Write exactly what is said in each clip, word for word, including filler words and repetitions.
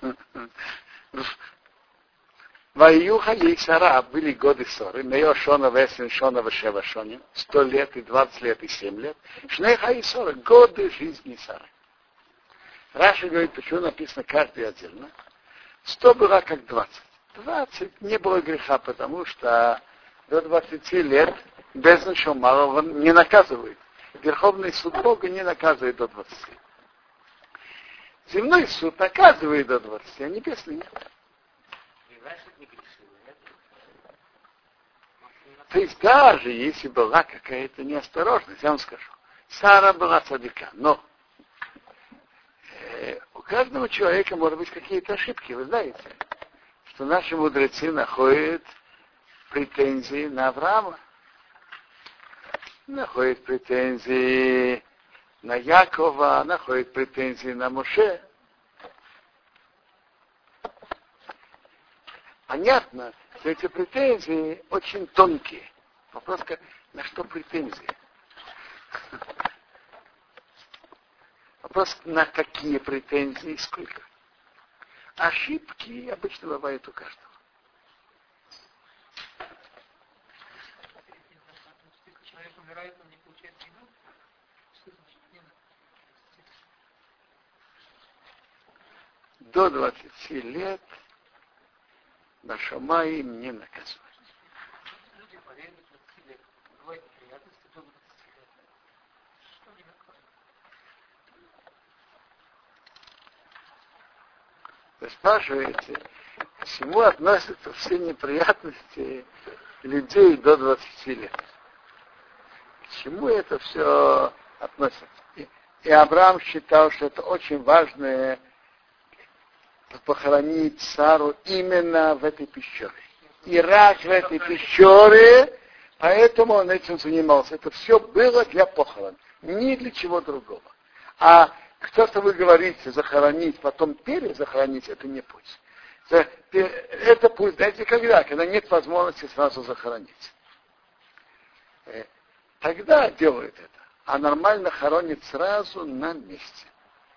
Ваюха и Сара были годы ссоры. Мео Шона Весен Шона Вашева Шонин. Сто лет и двадцать лет и семь лет. Шнеха и Сора. Годы жизни Сары. Раша говорит, почему написано каждый отдельно. Сто было как двадцать. Двадцать не было греха, потому что до двадцати лет без ничего малого не наказывает. Верховный суд Бога не наказывает до двадцати. Земной суд наказывает до двадцати, а небесный нет. То есть даже если была какая-то неосторожность, я вам скажу, Сара была цадика, но э, у каждого человека может быть какие-то ошибки, вы знаете, что наши мудрецы находят претензии на Авраама, находят претензии на Якова, находят претензии на Моше. Понятно, что эти претензии очень тонкие. Вопрос, на что претензии? Вопрос, на какие претензии и сколько. Ошибки обычно бывают у каждого. До двадцати лет на Шамае не наказывают. Вы спрашиваете, к чему относятся все неприятности людей до двадцати лет? К чему это все относится? И, и Авраам считал, что это очень важное похоронить Сару именно в этой пещере. И раз в этой пещере, поэтому он этим занимался. Это все было для похорон, не для чего другого. А то, что вы говорите, захоронить, потом перезахоронить, это не путь. Это путь, знаете, когда? Когда нет возможности сразу захоронить. Тогда делают это. А нормально хоронят сразу на месте.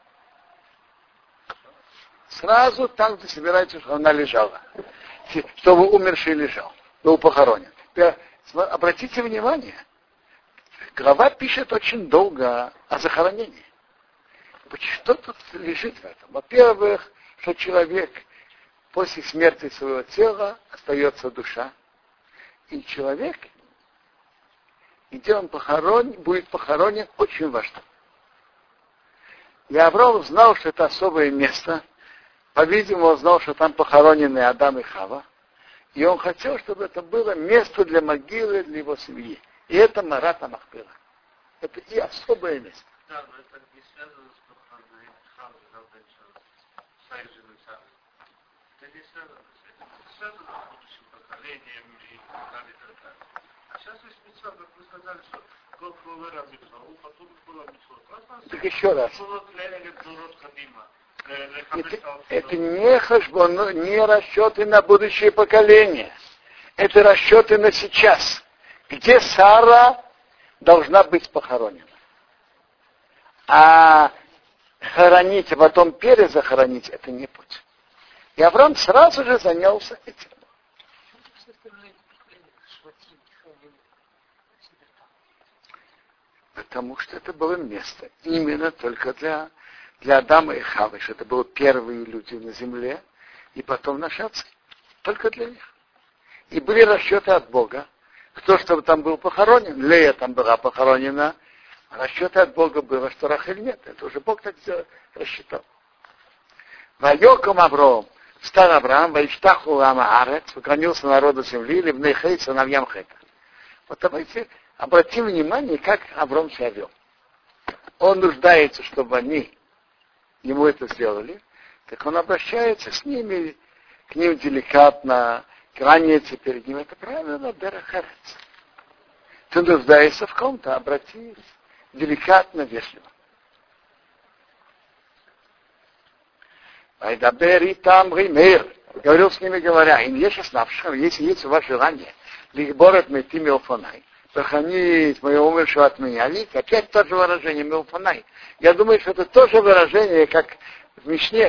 Сразу там, где собирается, чтобы она лежала. Чтобы умерший лежал. Был похоронен. Обратите внимание, глава пишет очень долго о захоронении. Что тут лежит в этом? Во-первых, что человек после смерти своего тела остается душа. И человек, где он похоронен, будет похоронен, очень важно. И Авраам знал, что это особое место. По-видимому, он знал, что там похоронены Адам и Хава. И он хотел, чтобы это было место для могилы, для его семьи. И это Марат Махпела. Это и особое место. Да, но это не связано с похоронами Хавы, с Айжиной Сарой. Это не связано с этим. Это связано с будущим поколением и так далее, и так далее. А сейчас есть митцва, как вы сказали, что год Ховера митцва, у потом была митцва. Так еще раз. Это, это не хашбон, не расчеты на будущее поколение. Это расчеты на сейчас. Где Сара должна быть похоронена. А хоронить, а потом перезахоронить, это не путь. И Авраам сразу же занялся этим. Потому что это было место именно только для, для Адама и Хавы, что это были первые люди на земле, и потом наши отцы. Только для них. И были расчеты от Бога. Кто чтобы там был похоронен, Лея там была похоронена, а расчеты от Бога было, что Рахель нет. Это уже Бог так рассчитал. Вайоком Авраам, встал Авраам, Вайштаху Лама Арец, уклонился народу земли, Ливней Хейт, сыновьям Хета. Вот давайте обратим внимание, как Авраам себя вел. Он нуждается, чтобы они ему это сделали, так он обращается с ними, к ним деликатно, кланяется перед ним. Это правильно, Дерахарец. Ты нуждаешься в ком-то, обратись деликатно, вежливо. Айдабери там ример. Говорил с ними, говоря, им есть оснавшим, если есть у вас желание, лихборет мети милфонай, сохранить моего умершего от меня. Видите, опять то же выражение милфонай. Я думаю, что это то же выражение, как в Мишне,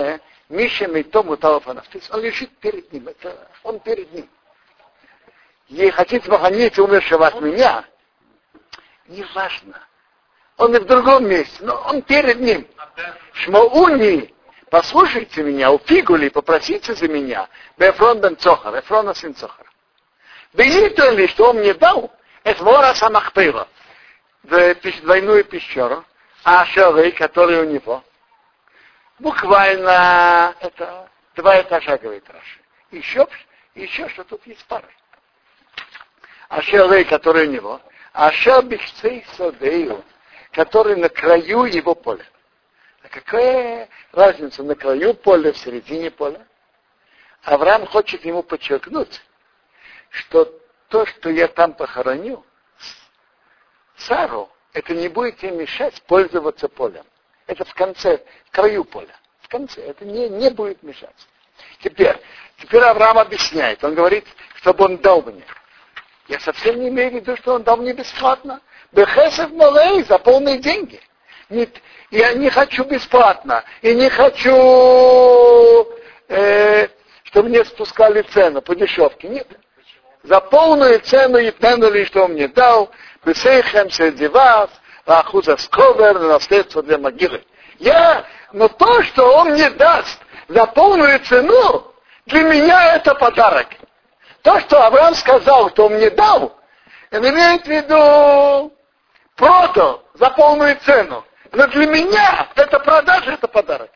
Миша Мейтом Уталафанов. То есть он лежит перед ним. Это он перед ним. И хотите похоронить умершего от меня? Не важно. Он и в другом месте, но он перед ним. Шмауни, послушайте меня, у Фигули, попросите за меня. Бефрон бен Цохар, Эфрона сын Цохара. Да и то ли, что он мне дал, это вора Самахпейла, двойную пещеру, а шары, которые у него, буквально это два этажа, говорит Раши. Еще, еще что тут есть пары. А шары, которые у него, а шабихцей садею, который на краю его поля. А какая разница на краю поля, в середине поля? Авраам хочет ему подчеркнуть, что то, что я там похороню, Сару, это не будет ей мешать пользоваться полем. Это в конце, в краю поля. В конце, это не, не будет мешать. Теперь, теперь Авраам объясняет, он говорит, чтобы он дал мне. Я совсем не имею в виду, что он дал мне бесплатно. Бехесев малей за полные деньги. Нет, я не хочу бесплатно. И не хочу, э, чтобы мне спускали цену по дешевке. Нет. За полную цену и пенули, что он мне дал. Бесейхем среди вас, лахуза сковер, наследство для могилы. Я, но то, что он мне даст за полную цену, для меня это подарок. То, что Авраам сказал, что он мне дал, он имеет в виду продал за полную цену. Но для меня это продажа, это подарок.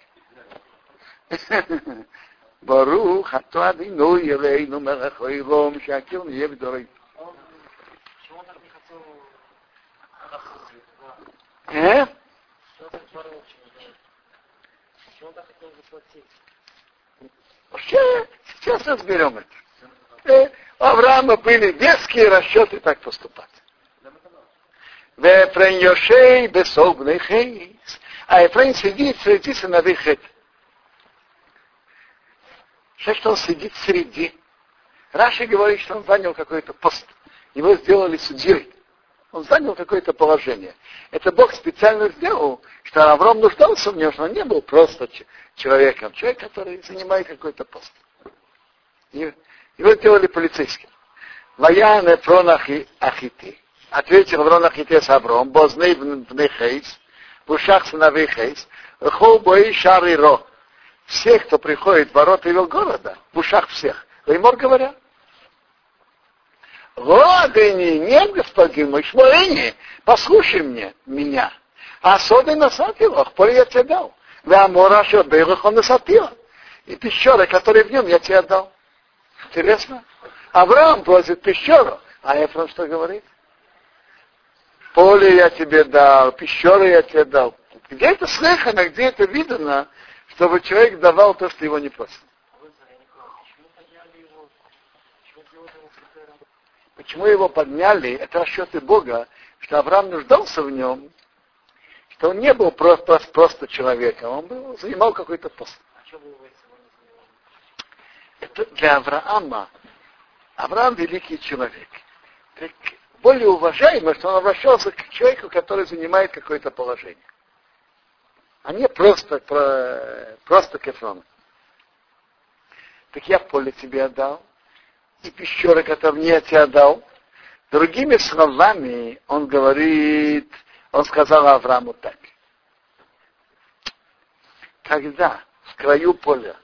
Барух, ато адину елейну мелахоилом, шакил не евдорой. Почему он так не хотел Э? Почему он так хотел заплатить? Сейчас, сейчас разберем это. Э, у Авраама были веские расчеты так поступать. А Ефраим сидит среди сыновей Хет. Что он сидит среди. Раши говорит, что он занял какой-то пост. Его сделали судьей. Он занял какое-то положение. Это Бог специально сделал, что Авраам нуждался в нем, что он не был просто человеком. Человек, который занимает какой-то пост. И его сделали полицейским. Ваян Эфрон Ахити. Ответил Эфрон Ахити с Авраам. Бозней бней Хейс. Бушах сыновей Хейс. Хол бои шары ро. Всех, кто приходит в ворота его города, в ушах всех. Леймор говорят. Ладыни, нет, господин мой, шмуэни, послушай мне, меня. А соды насадила, поле я тебе дал. Веамора шобейлах он насадила. И пещеры, которые в нем, я тебе дал. Интересно? Авраам просит пещеру, а Ефрон что говорит? Поле я тебе дал, пещеры я тебе дал. Где это слыхано, где это видно, чтобы человек давал то, что его не просит? Почему его подняли? Это расчеты Бога, что Авраам нуждался в нем, что он не был просто, просто человеком, он был, занимал какой-то пост. Это для Авраама. Авраам великий человек. Так более уважаемо, что он обращался к человеку, который занимает какое-то положение. А не просто, про, просто к Ефрону. Так я поле тебе отдал, и пещеры, которые мне тебе отдал. Другими словами, он говорит, он сказал Аврааму так. Когда в краю поля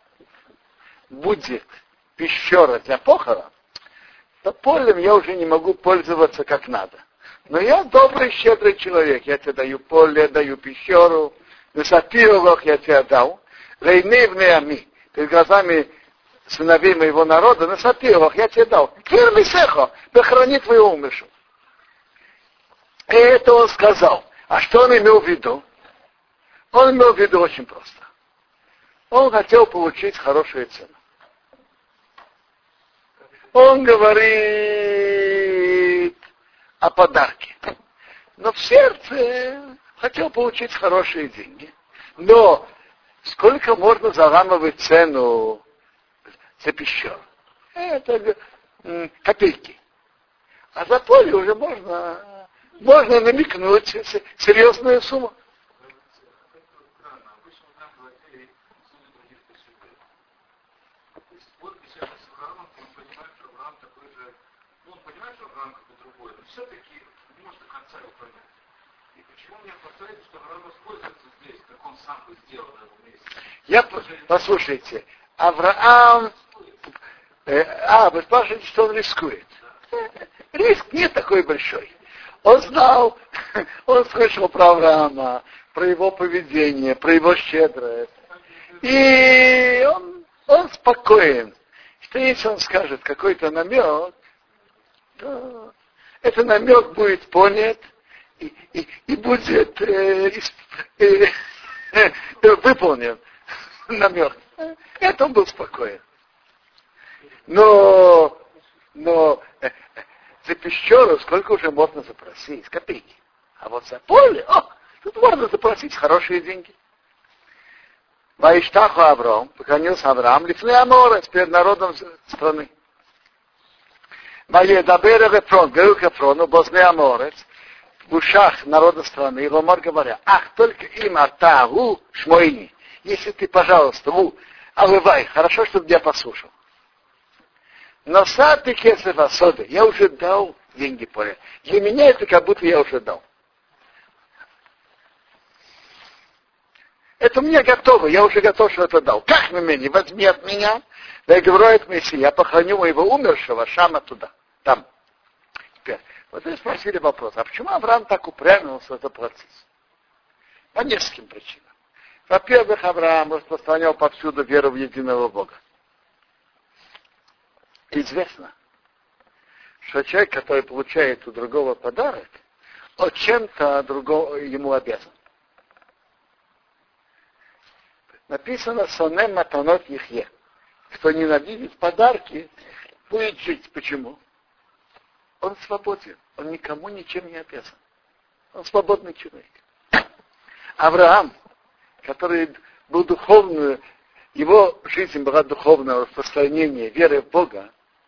будет пещера для похорон, то полем я уже не могу пользоваться как надо. Но я добрый, щедрый человек. Я тебе даю поле, даю пещеру, высотиловых я тебе дал. Рейневные ами, перед глазами сыновей моего народа, на сапировах я тебе дал. Кирми сехо, похорони твоего умершего. И это он сказал. А что он имел в виду? Он имел в виду очень просто. Он хотел получить хорошую цену. Он говорит о подарке. Но в сердце хотел получить хорошие деньги. Но сколько можно заламывать цену за пещеру? Это копейки. А за поле уже можно, можно намекнуть серьезную сумму. он понимает, что Авраам как бы другой, но все-таки не может до конца его понять. И почему мне опасается, что Авраам воспользуется здесь, как он сам бы сделал на этом месте? Я, послушайте, Авраам, э, а, вы спрашиваете, что он рискует. Риск не такой большой. Он знал, он слышал про Авраама, про его поведение, про его щедрость. И он, он спокоен, что если он скажет какой-то намек, то этот намек будет понят и, и, и будет э, э, э, выполнен намек. Это он был спокоен. Но, но э, за пещеру сколько уже можно запросить? Копейки. А вот за поле, о, тут можно запросить хорошие деньги. Ваиштаху Авраам, поклонился Авраам, лифней Аморец, перед народом страны. Маедабер Эфрон, говорил к Эфрону, бозне Аморец, в ушах народа страны, и Ломар говоря, ах, только им Артагу Шмоини, если ты, пожалуйста, у, алывай, хорошо, чтобы я послушал. Но сады кесов особи, я уже дал деньги поле. Для меня это как будто я уже дал. Это мне готово, я уже готов, что это дал. Как на меня? Возьми от меня, да и говорит Мессия, я похороню моего умершего Шама туда, там. Теперь, вот вы спросили вопрос, а почему Авраам так упрямился заплатить? По нескольким причинам. Во-первых, Авраам распространял повсюду веру в единого Бога. Известно, что человек, который получает у другого подарок, он чем-то другого ему обязан. Написано «Сонем матанот ихе». Кто ненавидит подарки, будет жить. Почему? Он свободен. Он никому ничем не обязан. Он свободный человек. Авраам, который был духовным, его жизнь была духовного распространения веры в Бога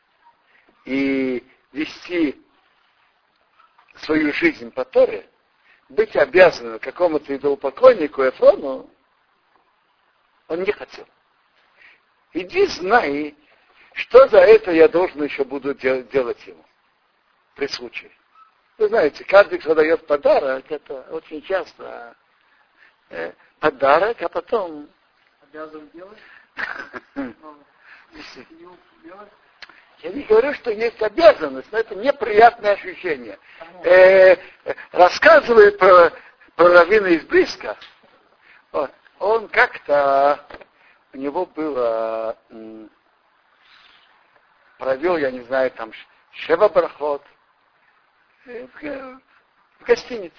и вести свою жизнь по Торе, быть обязанным какому-то идолопоклоннику Эфрону, он не хотел. Иди знай, что за это я должен еще буду дел- делать ему при случае. Вы знаете, каждый, кто дает подарок, это очень часто э, подарок, а потом... Обязан делать? Я не говорю, что есть обязанность, но это неприятное ощущение. Э, рассказывая про, про раввина из Бриска, вот, он как-то, у него было, м, провел, я не знаю, там, шева брахот в, в гостинице.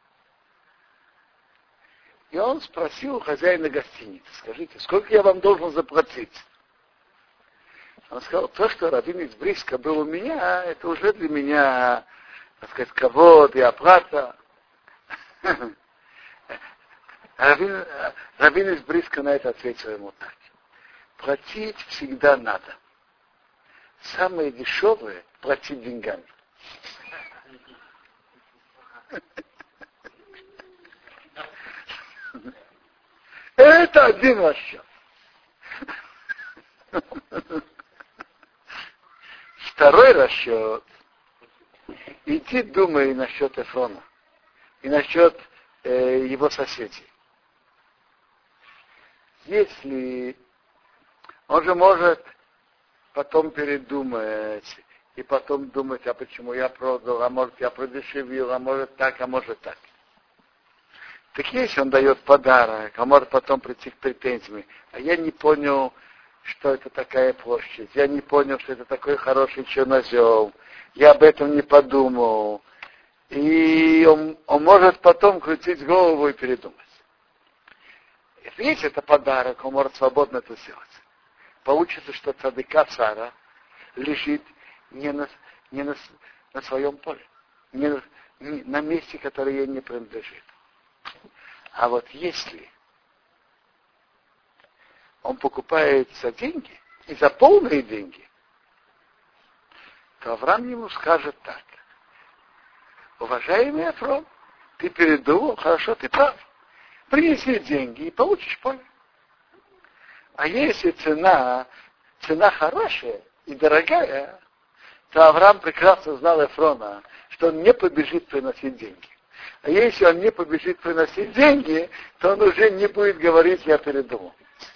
И он спросил у хозяина гостиницы, скажите, сколько я вам должен заплатить? Он сказал, то, что раввин из Бриска был у меня, это уже для меня, так сказать, кавод и оплата. Раввин, раввин из Бриска на это ответил ему так. Платить всегда надо. Самое дешевое – платить деньгами. Это один расчет. Второй расчет. Иди думай насчет Эфрона и насчет э, его соседей. Если он же может потом передумать и потом думать, а почему я продал, а может я продешевил, а может так, а может так. Так если он дает подарок, а может потом прийти к претензиям, а я не понял, что это такая площадь, я не понял, что это такой хороший чернозем, я об этом не подумал, и он, он может потом крутить голову и передумать. Если это подарок, он может свободно это сделать. Получится, что цадыка цара лежит не на, не на, на своем поле, не, не на месте, которое ей не принадлежит. А вот если он покупает за деньги, и за полные деньги, то Авраам ему скажет так. Уважаемый Эфрон, ты передумал, хорошо, ты прав. Принеси деньги и получишь поле. А если цена, цена хорошая и дорогая, то Авраам прекрасно знал Эфрона, что он не побежит приносить деньги. А если он не побежит приносить деньги, то он уже не будет говорить «я передумал».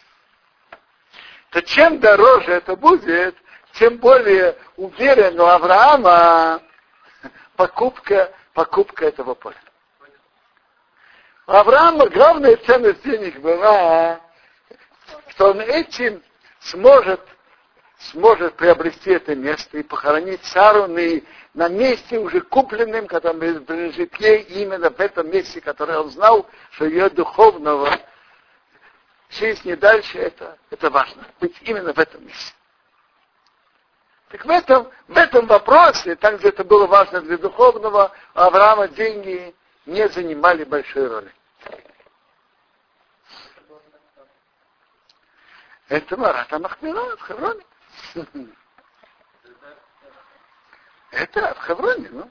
То чем дороже это будет, тем более уверен у Авраама покупка, покупка этого поля. У Авраама главная ценность денег была, что он этим сможет, сможет приобрести это место и похоронить Сару на, на месте уже купленным, которое принадлежит ей именно в этом месте, которое он знал, что ее духовного жизнь и дальше, это, это важно, быть именно в этом месте. Так в этом, в этом вопросе, там, где это было важно для духовного, у Авраама деньги не занимали большой роли. Это Марата Махмира в Хевроне. Это в Хевроне, ну.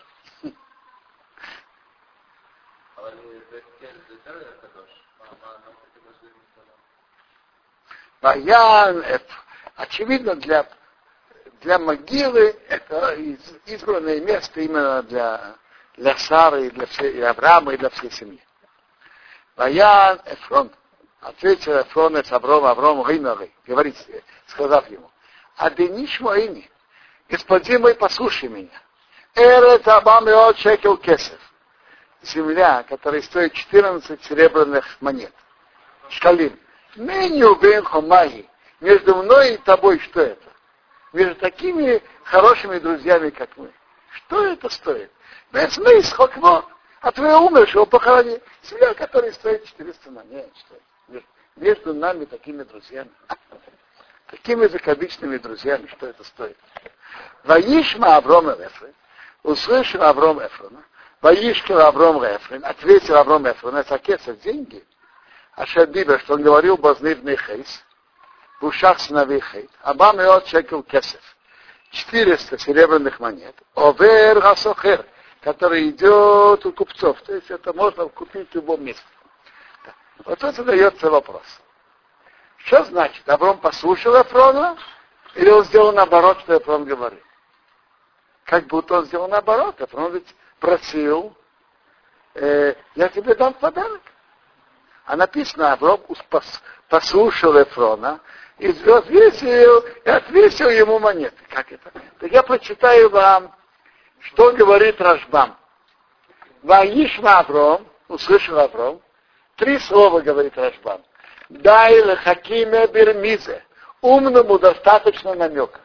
Баян, это, очевидно, для, для могилы это избранное место именно для, для Сары, и для, всей, и Авраама, и для всей семьи. Баян, Эфрон, ответил Эфрон с Аврома, Аврому Гейновой, говорит, сказав ему, «Адениш моими, господин мой, послушай меня, эрет абамеот шекел кесев, земля, которая стоит четырнадцать серебряных монет, шкалим, меню бен хомаи, между мной и тобой что это? Между такими хорошими друзьями, как мы. Что это стоит? Без мы из хокво, а твоего умершего похорони. Земля, которая стоит четыреста монет. Что это? Между нами такими друзьями. Такими закадычными друзьями, что это стоит? Ваишма Авром Эфрон, услышал Авром Эфрона, Ваишкал Авром Эфрон, ответил Авром Эфрон, это кесов деньги, а Шадиба, что он говорил, Бознивный Хейс, в ушах сыновей Хейт, Абам и от шекел кесов, четыреста серебряных монет, Овер Гасохер, который идет у купцов, то есть это можно купить в любом месте. Вот тут задается вопрос. Что значит? Авром послушал Эфрона, или он сделал наоборот, что Эфрон говорил? Как будто он сделал наоборот. Эфрон ведь просил, э, я тебе дам подарок. А написано, Авром послушал Эфрона и отвесил, и отвесил ему монеты. Как это? Так я прочитаю вам, что говорит Рашбам. Ваишма Авром, услышал Авром, три слова говорит Рашбам. Дай лехакиме бирмизе. Умному достаточно намека.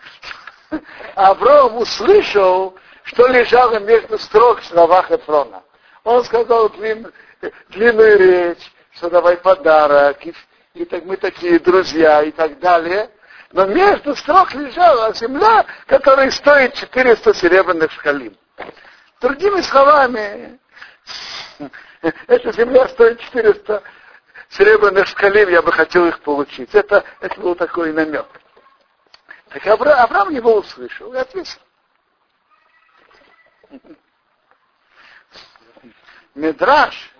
Авром услышал, что лежало между строк в словах Эфрона. Он сказал длин, длинную речь, что давай подарок, и, и так мы такие друзья, и так далее. Но между строк лежала земля, которая стоит четыреста серебряных шкалим. Другими словами, эта земля стоит четыреста серебряных шкалим, я бы хотел их получить. Это, это был такой намек. Так Авраам, Авраам его услышал и ответил. Мидраш,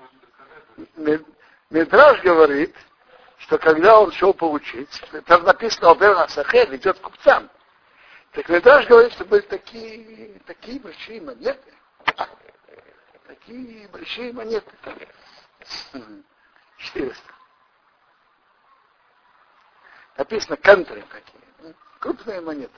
Мидраш говорит, что когда он шел поучить, там написано Обер Асахер, идет к купцам. Так Мидраш говорит, что были такие, такие большие монеты. Такие большие монеты. четыреста. Написано кантри такие. Крупные монеты.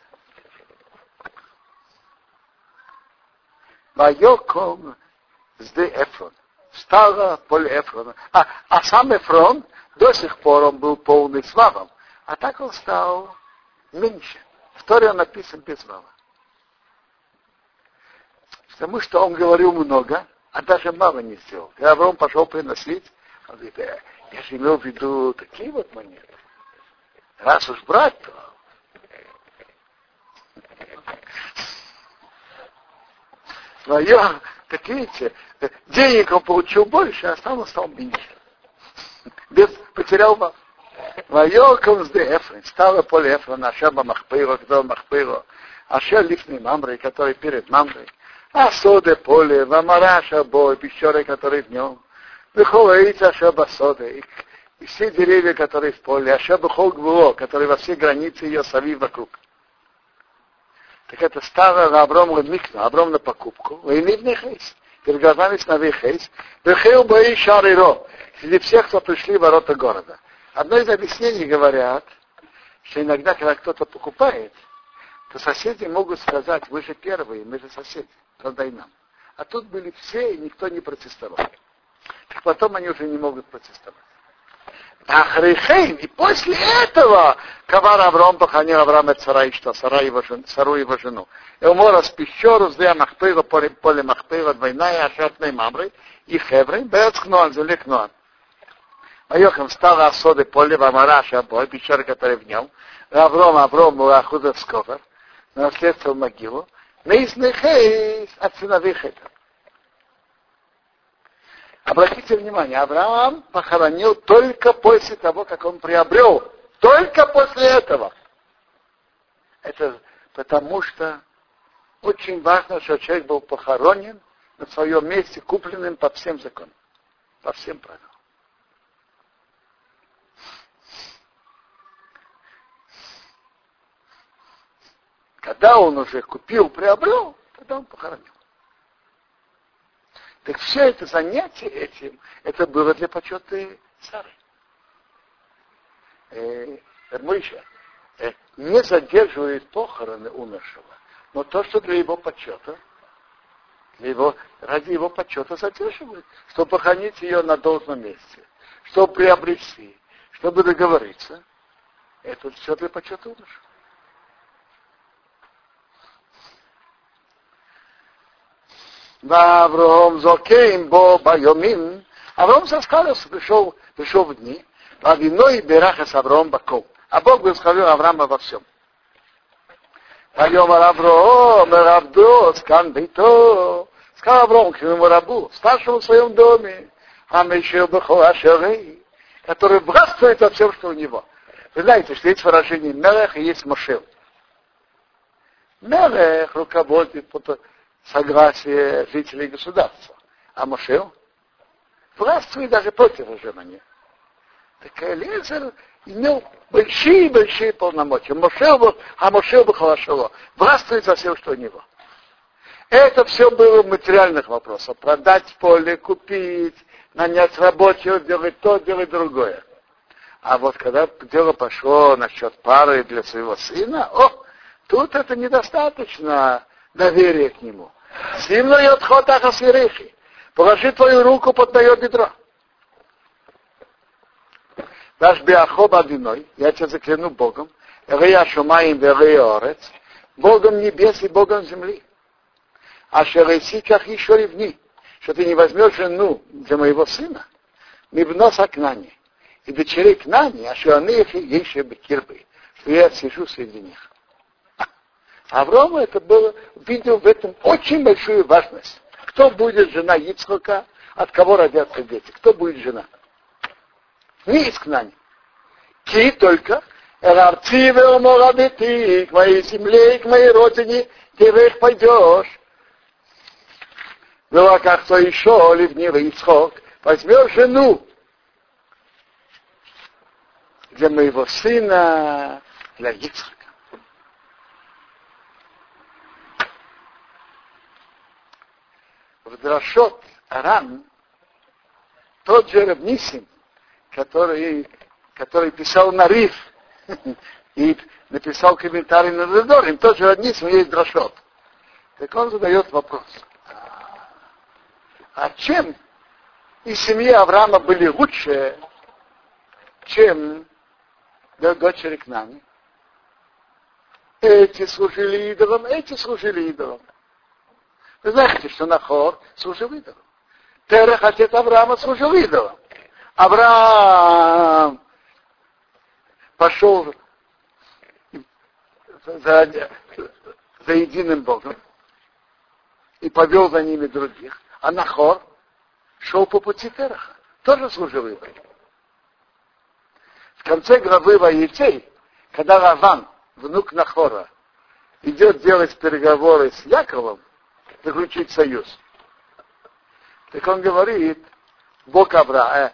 Вайоком сде Эфрон. Стало поле Эфрона. А, а сам Эфрон до сих пор он был полный славом. А так он стал меньше. В Торе он написан без вала. Потому что он говорил много, а даже мало не сделал. Когда Авром пошел приносить, он говорит, э, я же имел в виду такие вот монеты. Раз уж брать, то... Свое, так видите, денег он получил больше, а сам он стал меньше. Без, потерял вас. Вайоком сде Эфрон, стало поле Эфрона, Ашаба Махпейро, кто Махпейро, Ашер лифный Мамрой, который перед Мамрой, а соде поле, Вамараша бой, пещеры, которые в нем, Выхолаица Ашаба соде, и все деревья, которые в поле, Ашаба Холгвуо, которые во все границы ее сови вокруг. Так это стало Авром Ладмикна, Авром на покупку, военный хейс. Перед глазами сновей хейс. Вехеу бои шариро. Среди всех, кто пришли в ворота города. Одно из объяснений говорят, что иногда, когда кто-то покупает, то соседи могут сказать, вы же первые, мы же соседи, продай нам. А тут были все, и никто не протестовал. Так потом они уже не могут протестовать. Ахрихейн, и после этого Кавар Авром похоронил Авраама цара и что, Сара его жен, Сару его жену. И умора с пещеру, сдая Махпейва, поле, поле Махпейва, двойная, ашатной мамрой, и Хеврей, бец Кнуан, земле Кнуан. Майохам стала осоды поле, Вамараша, бой, пещера, которая в нем, Авром, Авром, Ахудов Скофер, наследствовал могилу, Нейсный Хейс, от сыновей Хета. Обратите внимание, Авраам похоронил только после того, как он приобрел. Только после этого. Это потому что очень важно, что человек был похоронен на своем месте, купленным по всем законам, по всем правилам. Когда он уже купил, приобрел, тогда он похоронил. Так все это занятие этим, это было для почета Сары. Э, Мойша э, не задерживает похороны умершего, но то, что для его почета, для его, ради его почета задерживает, чтобы похоронить ее на должном месте, чтобы приобрести, чтобы договориться, это все для почета умершего. Авром зокейм бо байомим. Авром соскалился, пришел, пришел в дни. А виной бераха с Авром баком. А Бог благословил Авраама во всем. Пайом Авром, Равдо, скан бейто. Сказал Авром к своему рабу, старшему в своем доме. Амешел бехо ашерей, который властвует во всем, что у него. Вы знаете, что есть выражение Мелех и есть Мошел. Мелех руководит согласие жителей государства. А Мошел властвует даже против Жемани. Так Элиэзер имел большие-большие полномочия. Мошел был, а Мошел был Халашело. Властвует за все, что у него. Это все было в материальных вопросах. Продать поле, купить, нанять рабочего, делать то, делать другое. А вот когда дело пошло насчет пары для своего сына, о, тут это недостаточно доверия к нему. Симно и отход ахасирехи. Положи твою руку под мое бедро. Дашь биахоб одиной, я тебя закляну Богом, Эрея Шумаим Верея Орец, Богом небес и Богом земли. А шересиках еще ревни, что ты не возьмешь жену для моего сына, мибноса Кнани, и дочерей Кнани, а что они их еще бекирбы, что я сижу среди них. Аврому это было, видел в этом очень большую важность. Кто будет жена Ицхака, от кого родятся дети? Кто будет жена? Не из Кнани. Ки только, Эларциве уморадити, к моей земле и к моей родине, ты в их пойдешь. Ну, а как то еще, ливнивый Ицхак, возьмешь жену для моего сына, для Ицхака. В Драшот Арам тот же Рав Нисим, который, который писал на Риф и написал комментарий на Дедорим, тот же Рав Нисим есть Драшот. Так он задает вопрос. А чем и семьи Авраама были лучше, чем дочери Кнани? Эти служили идолам, эти служили идолам. Вы знаете, что Нахор служил идолам. Терах, отец Авраама, служил идолам. Авраам пошел за, за единым Богом и повел за ними других. А Нахор шел по пути Тераха. Тоже служил идолам. В конце главы Ваетей, когда Лаван, внук Нахора, идет делать переговоры с Яковом, заключить союз. Так он говорит, Бог Авраама,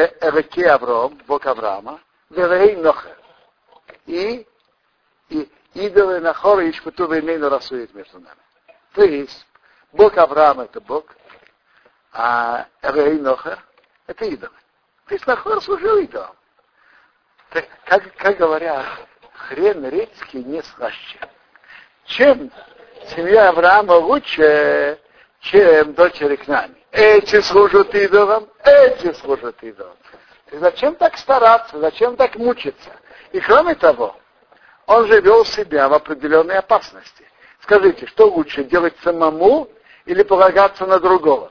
Эреке Авраам, Бог Авраама, Верей Нохер. И, и, идолы на хоры и шпуту имейно рассует между нами. То есть, Бог Авраама это Бог, а Элей Нохер это идолы. То есть Нахор служил идолам. Как, как говорят, хрен редьки не слаще. Чем семья Авраама лучше, чем дочери к нами. Эти служат идолам, эти служат идолам. И зачем так стараться, зачем так мучиться? И кроме того, он же вел себя в определенной опасности. Скажите, что лучше, делать самому или полагаться на другого?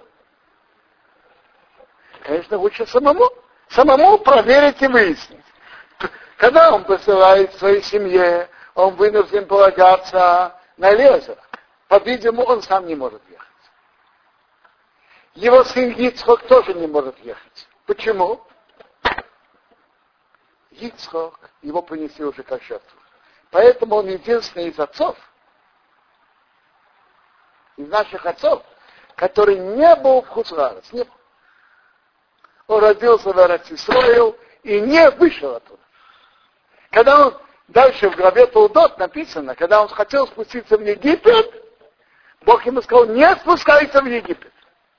Конечно, лучше самому. Самому проверить и выяснить. Когда он посылает своей семье, он вынужден полагаться на Элиэзера. По-видимому, он сам не может ехать. Его сын Ицхок тоже не может ехать. Почему? Ицхок его принесли уже как жертву. Поэтому он единственный из отцов, из наших отцов, который не был в Хуцларец, не был. Он родился в Эрец-Исроэл и не вышел оттуда. Когда он, дальше в главе Толдот написано, когда он хотел спуститься в Египет, Бог ему сказал, не спускайся в Египет.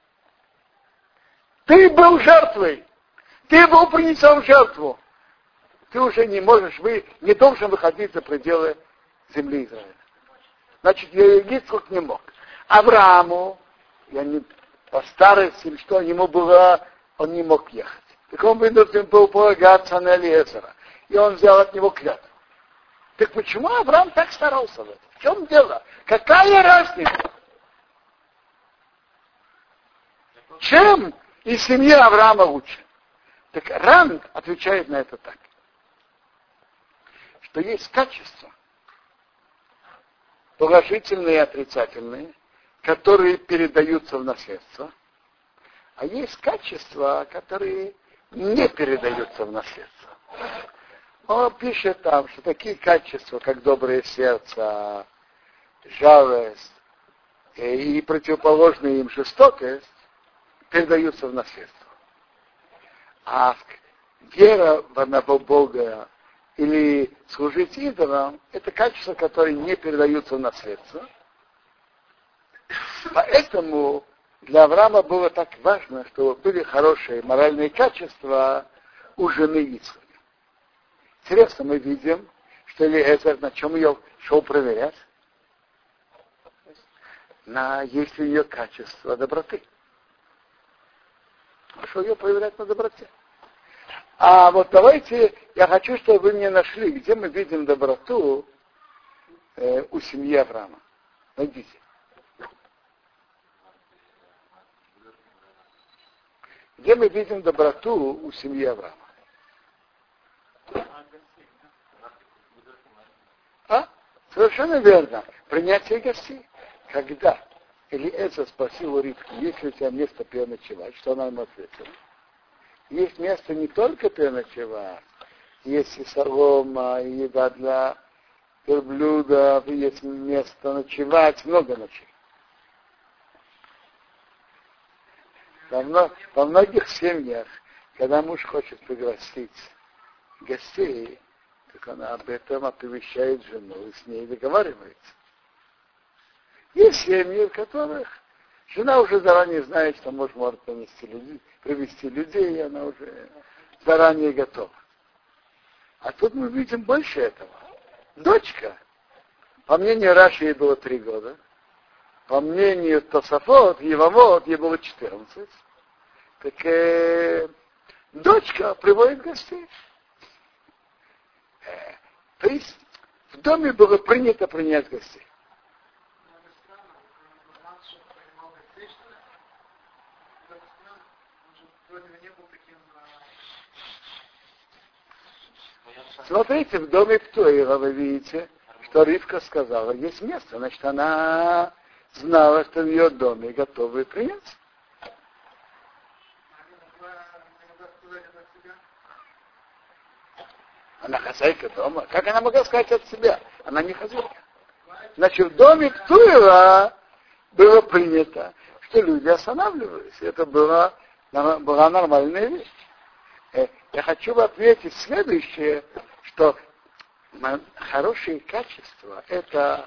Ты был жертвой, ты был принесен в жертву. Ты уже не можешь, вы не должен выходить за пределы земли Израиля. Значит, Египет не мог. Аврааму, я не, по старости, что ему было, он не мог ехать. Так он вынужден был полагаться на Элиэзера. И он взял от него клятву. Так почему Авраам так старался в этом? В чем дело? Какая разница? Чем и семья Авраама лучше? Так Ран отвечает на это так. Что есть качества, положительные и отрицательные, которые передаются в наследство, а есть качества, которые не передаются в наследство. Он пишет там, что такие качества, как доброе сердце, жалость и противоположная им жестокость, передаются в наследство. А вера в одного Бога или служить идолам, это качества, которые не передаются в наследство. Поэтому для Авраама было так важно, чтобы были хорошие моральные качества у жены Ицхака. Интересно, мы видим, что Элиэзер на чем ее шел проверять? На есть ли ее качество доброты. Шел ее проверять на доброте. А вот давайте, я хочу, чтобы вы мне нашли, где мы видим доброту э, у семьи Авраама. Найдите. Где мы видим доброту у семьи Авраама? А? Совершенно верно. Принятие гостей. Когда Элиэзер спросил у Ривки, есть ли у тебя место переночевать, что она ему ответила? Есть место не только переночевать, есть и солома, и еда для верблюдов, и есть место ночевать, много ночей. Во, во многих семьях, когда муж хочет пригласить гостей, так она об этом оповещает жену и с ней договаривается. Есть семьи, в которых жена уже заранее знает, что муж может принести людей, привести людей, и она уже заранее готова. А тут мы видим больше этого. Дочка, по мнению Раши, ей было три года, по мнению Тосафот, Евамот, ей было четырнадцать. Так э, дочка приводит гостей. Э, то есть в доме было принято принять гостей. Смотрите, в доме Птуэла вы видите, что Ривка сказала, есть место, значит, она знала, что в ее доме готовы принять. Она хозяйка дома. Как она могла сказать от себя? Она не хозяйка. Значит, в доме Птуэла было принято, что люди останавливались. Это была, была нормальная вещь. Я хочу ответить следующее, что Хорошие качества — это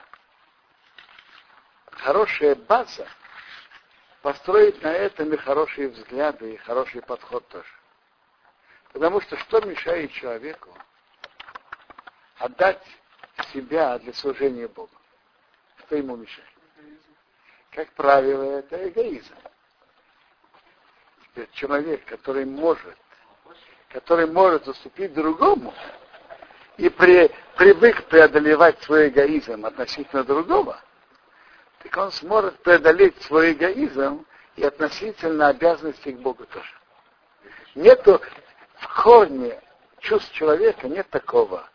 хорошая база, построить на этом и хорошие взгляды, и хороший подход тоже. Потому что что мешает человеку отдать себя для служения Богу? Что ему мешает? Как правило, это эгоизм. Теперь человек, который может, который может уступить другому и при, привык преодолевать свой эгоизм относительно другого, так он сможет преодолеть свой эгоизм и относительно обязанностей к Богу тоже. Нету в корне чувств человека, нет такого,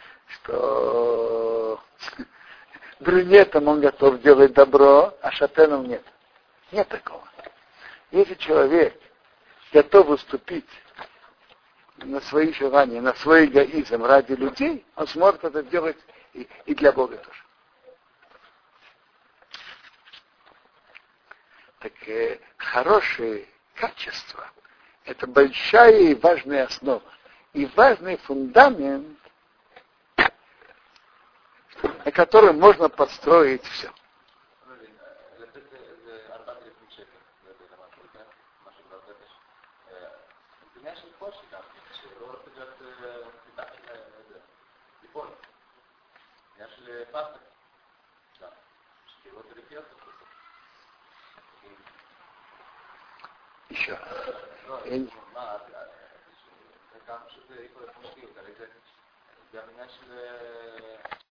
что брюнетам он готов делать добро, а шатенам нет. Нет такого. Если человек готов уступить на свои желания, на свой эгоизм ради людей, он сможет это делать и, и для Бога тоже. Так э, хорошие качества — это большая и важная основа. И важный фундамент, на котором можно построить все. Еще. Я...